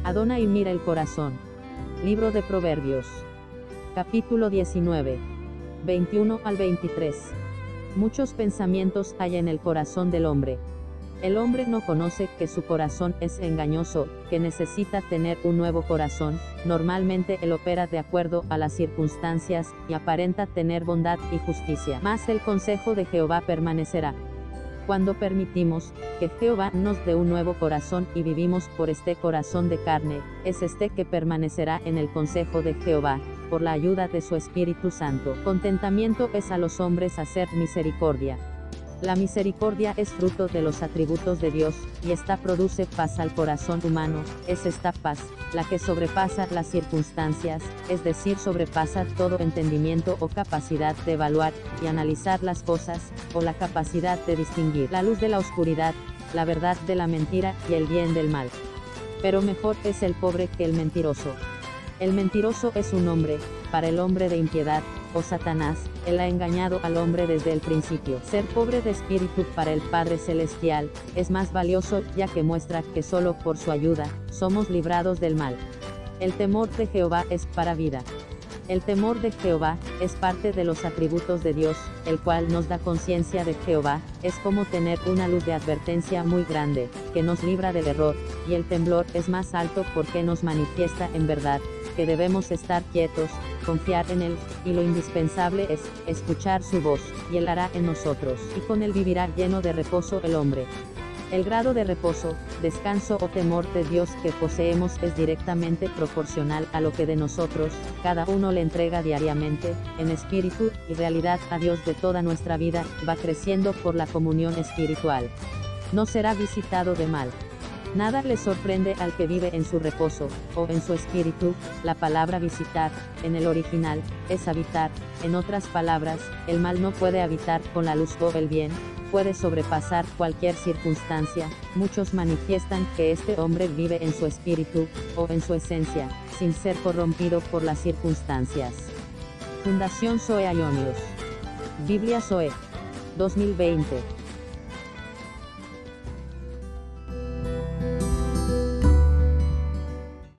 Adonai mira el corazón. Libro de Proverbios. Capítulo 19. 21 al 23. Muchos pensamientos hay en el corazón del hombre. El hombre no conoce que su corazón es engañoso, que necesita tener un nuevo corazón. Normalmente él opera de acuerdo a las circunstancias, y aparenta tener bondad y justicia. Mas el consejo de Jehová permanecerá. Cuando permitimos que Jehová nos dé un nuevo corazón y vivimos por este corazón de carne, es este que permanecerá en el consejo de Jehová, por la ayuda de su Espíritu Santo. Contentamiento es a los hombres hacer misericordia. La misericordia es fruto de los atributos de Dios, y esta produce paz al corazón humano. Es esta paz la que sobrepasa las circunstancias, es decir, sobrepasa todo entendimiento o capacidad de evaluar y analizar las cosas, o la capacidad de distinguir la luz de la oscuridad, la verdad de la mentira y el bien del mal. Pero mejor es el pobre que el mentiroso. El mentiroso es un hombre, para el hombre de impiedad, o Satanás, él ha engañado al hombre desde el principio. Ser pobre de espíritu para el Padre Celestial, es más valioso, ya que muestra que solo por su ayuda, somos librados del mal. El temor de Jehová es para vida. El temor de Jehová, es parte de los atributos de Dios, el cual nos da conciencia de Jehová, es como tener una luz de advertencia muy grande, que nos libra del error, y el temblor es más alto porque nos manifiesta en verdad, que debemos estar quietos, confiar en Él, y lo indispensable es escuchar su voz, y Él hará en nosotros, y con Él vivirá lleno de reposo el hombre. El grado de reposo, descanso o temor de Dios que poseemos es directamente proporcional a lo que de nosotros, cada uno le entrega diariamente, en espíritu y realidad a Dios de toda nuestra vida, va creciendo por la comunión espiritual. No será visitado de mal. Nada le sorprende al que vive en su reposo, o en su espíritu. La palabra visitar, en el original, es habitar. En otras palabras, el mal no puede habitar con la luz o el bien, puede sobrepasar cualquier circunstancia. Muchos manifiestan que este hombre vive en su espíritu, o en su esencia, sin ser corrompido por las circunstancias. Fundación Zoe Aionios. Biblia Zoe. 2020.